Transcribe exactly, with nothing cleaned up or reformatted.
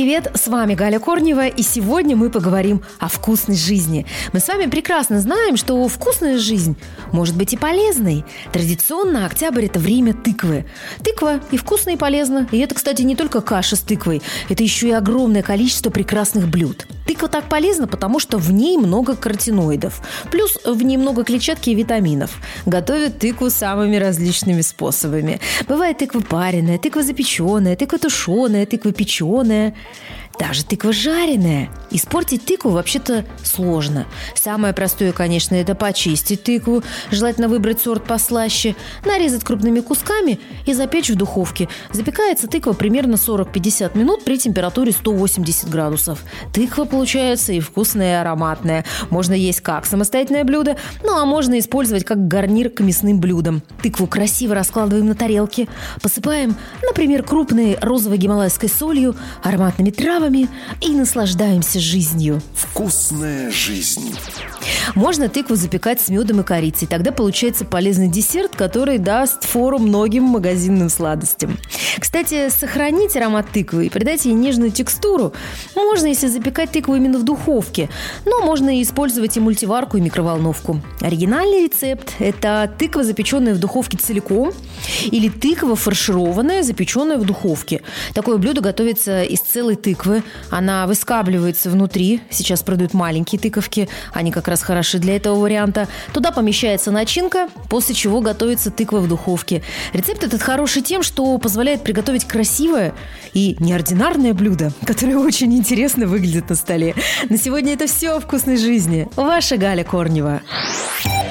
привет! С вами Галя Корнева, и сегодня мы поговорим о вкусной жизни. Мы с вами прекрасно знаем, что вкусная жизнь может быть и полезной. Традиционно октябрь – это время тыквы. Тыква и вкусно, и полезно. И это, кстати, не только каша с тыквой, это еще и огромное количество прекрасных блюд. Тыква так полезна, потому что в ней много каротиноидов. Плюс в ней много клетчатки и витаминов. Готовят тыкву самыми различными способами. Бывает тыква пареная, тыква запеченная, тыква тушеная, тыква печеная. Даже тыква жареная. Испортить тыкву вообще-то сложно. Самое простое, конечно, это почистить тыкву. Желательно выбрать сорт послаще, нарезать крупными кусками и запечь в духовке. Запекается тыква примерно сорок-пятьдесят минут при температуре сто восемьдесят градусов. Тыква получается и вкусная, и ароматная. Можно есть как самостоятельное блюдо, ну а можно использовать как гарнир к мясным блюдам. Тыкву красиво раскладываем на тарелке, посыпаем, например, крупной розовой гималайской солью, ароматными травами и наслаждаемся жизнью. Вкусная жизнь. Можно тыкву запекать с медом и корицей. Тогда получается полезный десерт, который даст фору многим магазинным сладостям. Кстати, сохранить аромат тыквы и придать ей нежную текстуру можно, если запекать тыкву именно в духовке. Но можно и использовать и мультиварку, и микроволновку. Оригинальный рецепт – это тыква, запеченная в духовке целиком, или тыква фаршированная, запеченная в духовке. Такое блюдо готовится из целой тыквы. Она выскабливается внутри. Сейчас продают маленькие тыковки. Они как раз хороши для этого варианта. Туда помещается начинка, после чего готовится тыква в духовке. Рецепт этот хороший тем, что позволяет приготовить красивое и неординарное блюдо, которое очень интересно выглядит на столе. На сегодня это все о вкусной жизни. Ваша Галя Корнева.